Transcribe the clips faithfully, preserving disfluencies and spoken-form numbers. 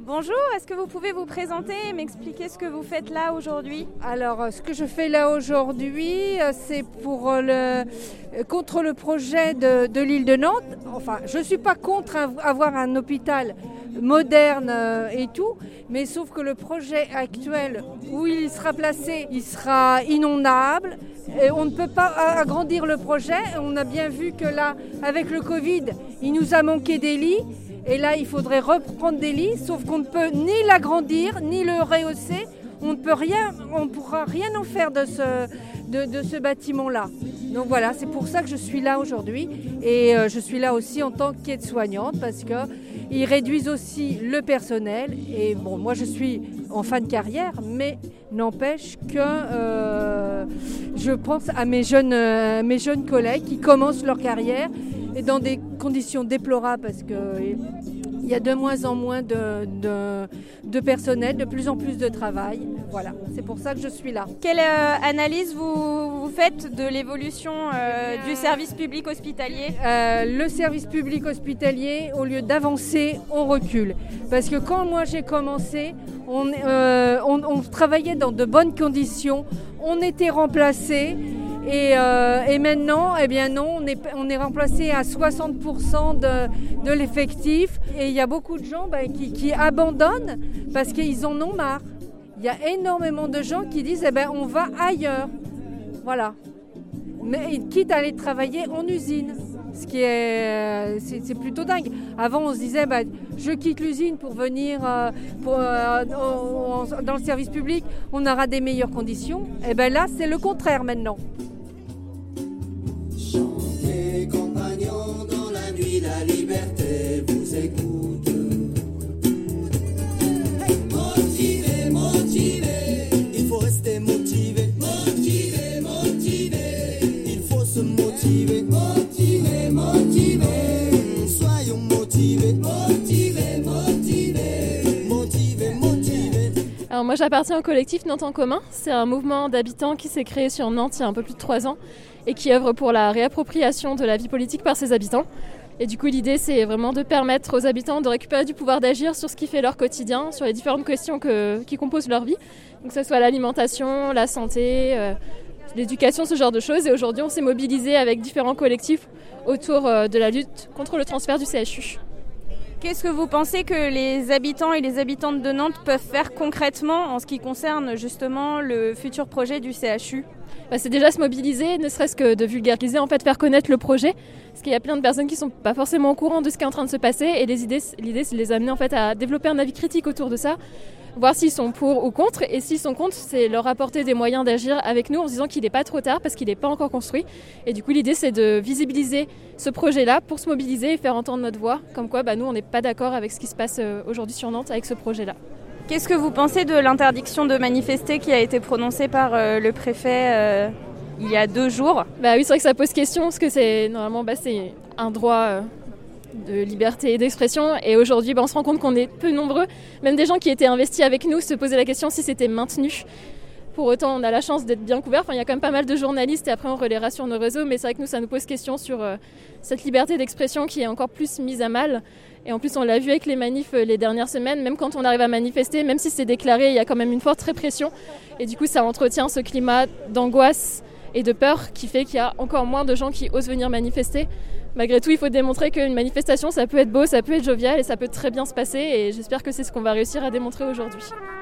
Bonjour, est-ce que vous pouvez vous présenter et m'expliquer ce que vous faites là aujourd'hui ? Alors, ce que je fais là aujourd'hui, c'est pour le, contre le projet de, de l'île de Nantes. Enfin, je ne suis pas contre avoir un hôpital moderne et tout, mais sauf que le projet actuel où il sera placé, il sera inondable. Et on ne peut pas agrandir le projet. On a bien vu que là, avec le Covid, il nous a manqué des lits. Et là, il faudrait reprendre des lits, sauf qu'on ne peut ni l'agrandir, ni le rehausser. On ne peut rien, on ne pourra rien en faire de ce, de, de ce bâtiment-là. Donc voilà, c'est pour ça que je suis là aujourd'hui. Et euh, je suis là aussi en tant qu'aide-soignante, parce qu'ils réduisent aussi le personnel. Et bon, moi, je suis en fin de carrière, mais n'empêche que euh, je pense à mes jeunes, euh, mes jeunes collègues qui commencent leur carrière et dans des conditions déplorables parce qu'il y a de moins en moins de, de, de personnel, de plus en plus de travail. Voilà, c'est pour ça que je suis là. Quelle euh, analyse vous, vous faites de l'évolution euh, du service public hospitalier ? euh, Le service public hospitalier, au lieu d'avancer, on recule. Parce que quand moi j'ai commencé, on, euh, on, on travaillait dans de bonnes conditions, on était remplacés. Et, euh, et maintenant, eh bien non, on est, on est remplacé à soixante pour cent de, de l'effectif. Et il y a beaucoup de gens bah, qui, qui abandonnent parce qu'ils en ont marre. Il y a énormément de gens qui disent eh ben, on va ailleurs. Voilà. Mais ils quittent à aller travailler en usine. Ce qui est, c'est, c'est plutôt dingue. Avant, on se disait bah, je quitte l'usine pour venir euh, pour, euh, dans le service public, on aura des meilleures conditions. Et bien là, c'est le contraire maintenant. Chantez, compagnons, dans la nuit, la liberté vous écoute. Motivé, motivé, il faut rester motivé. Motivé, motivé, il faut se motiver. Motivé, motivé, soyons motivés. Motivé, motivé, motivé, motivé. Alors moi j'appartiens au collectif Nantes en commun. C'est un mouvement d'habitants qui s'est créé sur Nantes il y a un peu plus de trois ans et qui œuvre pour la réappropriation de la vie politique par ses habitants. Et du coup l'idée c'est vraiment de permettre aux habitants de récupérer du pouvoir d'agir sur ce qui fait leur quotidien, sur les différentes questions que, qui composent leur vie. Donc que ce soit l'alimentation, la santé, euh, l'éducation, ce genre de choses. Et aujourd'hui on s'est mobilisé avec différents collectifs autour euh, de la lutte contre le transfert du C H U. Qu'est-ce que vous pensez que les habitants et les habitantes de Nantes peuvent faire concrètement en ce qui concerne justement le futur projet du C H U ? Bah, c'est déjà se mobiliser, ne serait-ce que de vulgariser, en fait, faire connaître le projet. Parce qu'il y a plein de personnes qui ne sont pas forcément au courant de ce qui est en train de se passer. Et les idées, l'idée, c'est de les amener en fait, à développer un avis critique autour de ça, voir s'ils sont pour ou contre. Et s'ils sont contre, c'est leur apporter des moyens d'agir avec nous en se disant qu'il n'est pas trop tard parce qu'il n'est pas encore construit. Et du coup, l'idée, c'est de visibiliser ce projet-là pour se mobiliser et faire entendre notre voix. Comme quoi, bah, nous, on n'est pas d'accord avec ce qui se passe aujourd'hui sur Nantes avec ce projet-là. Qu'est-ce que vous pensez de l'interdiction de manifester qui a été prononcée par euh, le préfet euh, il y a deux jours ? Bah oui, c'est vrai que ça pose question parce que c'est normalement bah, c'est un droit euh, de liberté et d'expression. Et aujourd'hui, bah, on se rend compte qu'on est peu nombreux. Même des gens qui étaient investis avec nous se posaient la question si c'était maintenu. Pour autant, on a la chance d'être bien couverts. Enfin, il y a quand même pas mal de journalistes et après on relaiera sur nos réseaux. Mais c'est vrai que nous, ça nous pose question sur euh, cette liberté d'expression qui est encore plus mise à mal. Et en plus, on l'a vu avec les manifs les dernières semaines, même quand on arrive à manifester, même si c'est déclaré, il y a quand même une forte répression. Et du coup, ça entretient ce climat d'angoisse et de peur qui fait qu'il y a encore moins de gens qui osent venir manifester. Malgré tout, il faut démontrer qu'une manifestation, ça peut être beau, ça peut être jovial et ça peut très bien se passer. Et j'espère que c'est ce qu'on va réussir à démontrer aujourd'hui.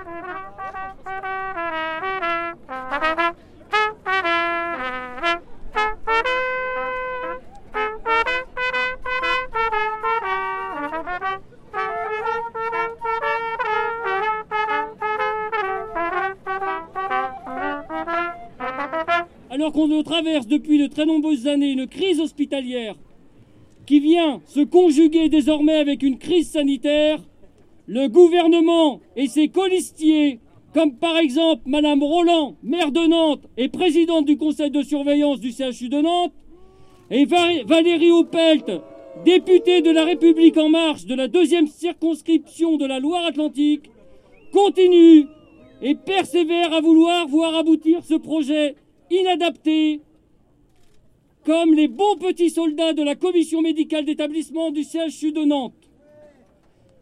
Alors qu'on traverse depuis de très nombreuses années une crise hospitalière qui vient se conjuguer désormais avec une crise sanitaire, le gouvernement et ses colistiers, comme par exemple Madame Roland, maire de Nantes et présidente du conseil de surveillance du C H U de Nantes, et Valérie Oppelt, députée de La République En Marche de la deuxième circonscription de la Loire-Atlantique, continuent et persévèrent à vouloir voir aboutir ce projet inadaptés, comme les bons petits soldats de la commission médicale d'établissement du C H U de Nantes.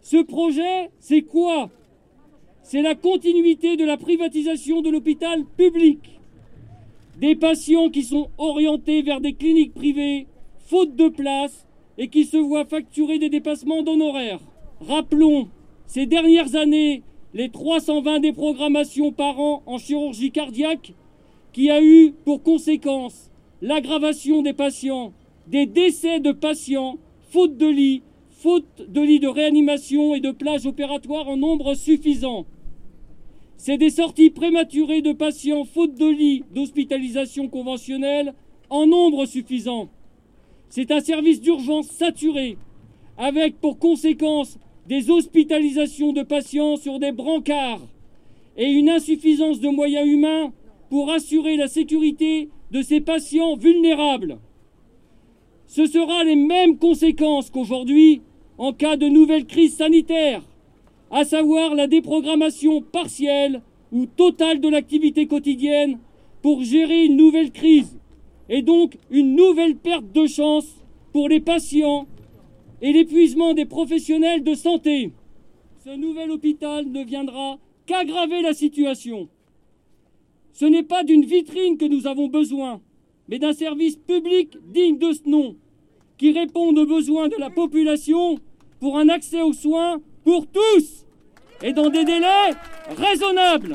Ce projet, c'est quoi? C'est la continuité de la privatisation de l'hôpital public. Des patients qui sont orientés vers des cliniques privées, faute de place, et qui se voient facturer des dépassements d'honoraires. Rappelons, ces dernières années, les trois cent vingt déprogrammations par an en chirurgie cardiaque, qui a eu pour conséquence l'aggravation des patients, des décès de patients, faute de lits, faute de lits de réanimation et de plages opératoires en nombre suffisant. C'est des sorties prématurées de patients, faute de lits d'hospitalisation conventionnelle, en nombre suffisant. C'est un service d'urgence saturé, avec pour conséquence des hospitalisations de patients sur des brancards et une insuffisance de moyens humains pour assurer la sécurité de ces patients vulnérables. Ce sera les mêmes conséquences qu'aujourd'hui en cas de nouvelle crise sanitaire, à savoir la déprogrammation partielle ou totale de l'activité quotidienne pour gérer une nouvelle crise et donc une nouvelle perte de chance pour les patients et l'épuisement des professionnels de santé. Ce nouvel hôpital ne viendra qu'aggraver la situation. Ce n'est pas d'une vitrine que nous avons besoin, mais d'un service public digne de ce nom, qui réponde aux besoins de la population pour un accès aux soins pour tous et dans des délais raisonnables.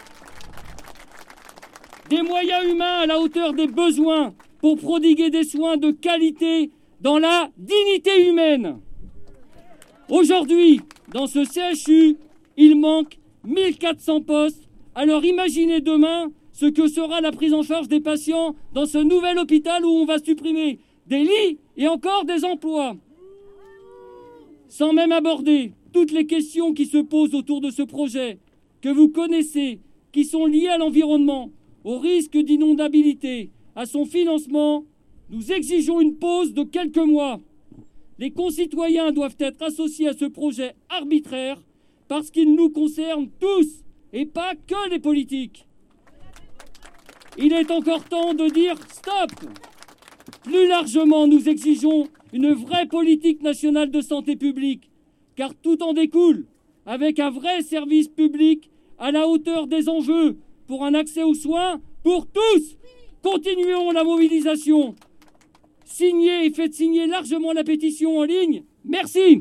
Des moyens humains à la hauteur des besoins pour prodiguer des soins de qualité dans la dignité humaine. Aujourd'hui, dans ce C H U, il manque mille quatre cents postes. Alors imaginez demain ce que sera la prise en charge des patients dans ce nouvel hôpital où on va supprimer des lits et encore des emplois. Sans même aborder toutes les questions qui se posent autour de ce projet, que vous connaissez, qui sont liées à l'environnement, au risque d'inondabilité, à son financement, nous exigeons une pause de quelques mois. Les concitoyens doivent être associés à ce projet arbitraire parce qu'il nous concerne tous et pas que les politiques. Il est encore temps de dire stop. Plus largement, nous exigeons une vraie politique nationale de santé publique, car tout en découle, avec un vrai service public à la hauteur des enjeux pour un accès aux soins pour tous. Continuons la mobilisation. Signez et faites signer largement la pétition en ligne. Merci.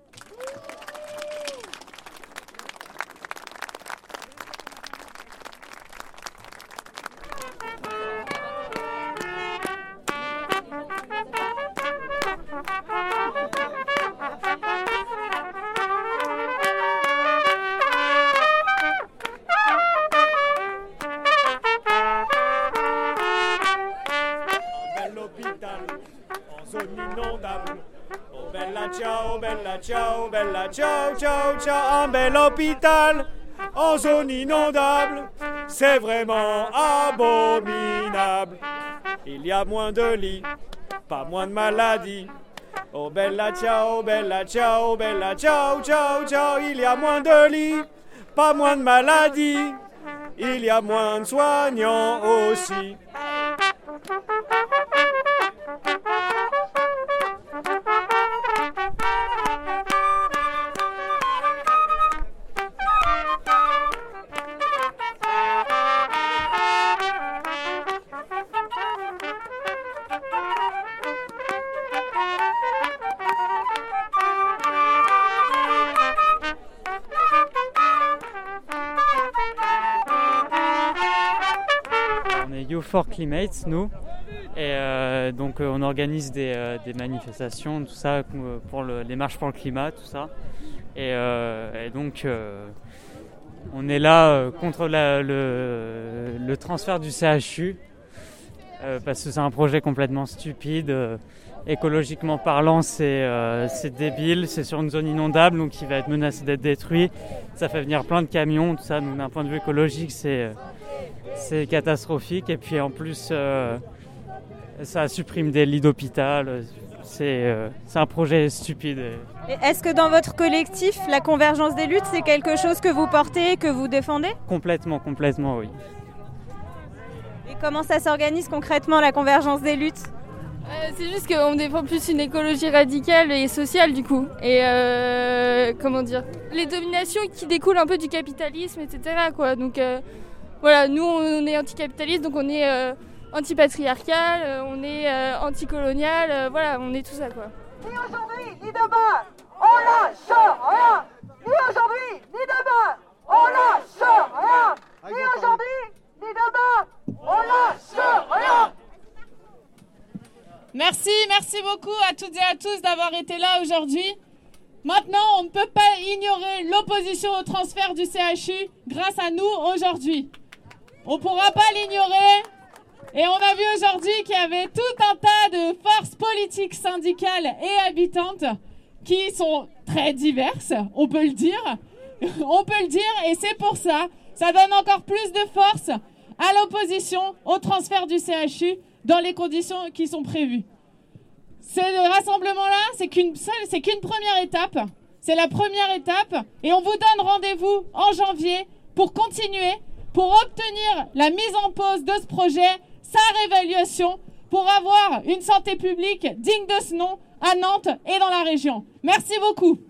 Ciao, bella, ciao, ciao, ciao, un bel hôpital en zone inondable, c'est vraiment abominable. Il y a moins de lits, pas moins de maladies. Oh bella, ciao, bella, ciao, bella, ciao, ciao, ciao, il y a moins de lits, pas moins de maladies. Il y a moins de soignants aussi. You for Climate, nous, et euh, donc euh, on organise des, euh, des manifestations, tout ça, pour le, les marches pour le climat, tout ça, et, euh, et donc euh, on est là euh, contre la, le, le transfert du C H U, euh, parce que c'est un projet complètement stupide, euh, écologiquement parlant c'est, euh, c'est débile, c'est sur une zone inondable, donc il va être menacé d'être détruit, ça fait venir plein de camions, tout ça, donc d'un point de vue écologique c'est... Euh, C'est catastrophique et puis en plus euh, ça supprime des lits d'hôpital, c'est, euh, c'est un projet stupide. Et est-ce que dans votre collectif, la convergence des luttes, c'est quelque chose que vous portez, que vous défendez ? Complètement, complètement oui. Et comment ça s'organise concrètement la convergence des luttes ? Euh, c'est juste qu'on défend plus une écologie radicale et sociale du coup. Et euh, comment dire, les dominations qui découlent un peu du capitalisme, et cetera quoi. Donc euh, voilà, nous on est anticapitaliste, donc on est euh, antipatriarcal, euh, on est euh, anticolonial, euh, voilà, on est tout ça quoi. Ni aujourd'hui, ni demain, on lâche rien. Ni aujourd'hui, ni demain, on lâche rien. Ni aujourd'hui, ni demain, on lâche rien. Merci, merci beaucoup à toutes et à tous d'avoir été là aujourd'hui. Maintenant, on ne peut pas ignorer l'opposition au transfert du C H U grâce à nous aujourd'hui. On ne pourra pas l'ignorer. Et on a vu aujourd'hui qu'il y avait tout un tas de forces politiques, syndicales et habitantes qui sont très diverses, on peut le dire. On peut le dire et c'est pour ça, ça donne encore plus de force à l'opposition au transfert du C H U dans les conditions qui sont prévues. Ce rassemblement-là, c'est qu'une seule, c'est qu'une première étape. C'est la première étape et on vous donne rendez-vous en janvier pour continuer, pour obtenir la mise en pause de ce projet, sa réévaluation, pour avoir une santé publique digne de ce nom à Nantes et dans la région. Merci beaucoup.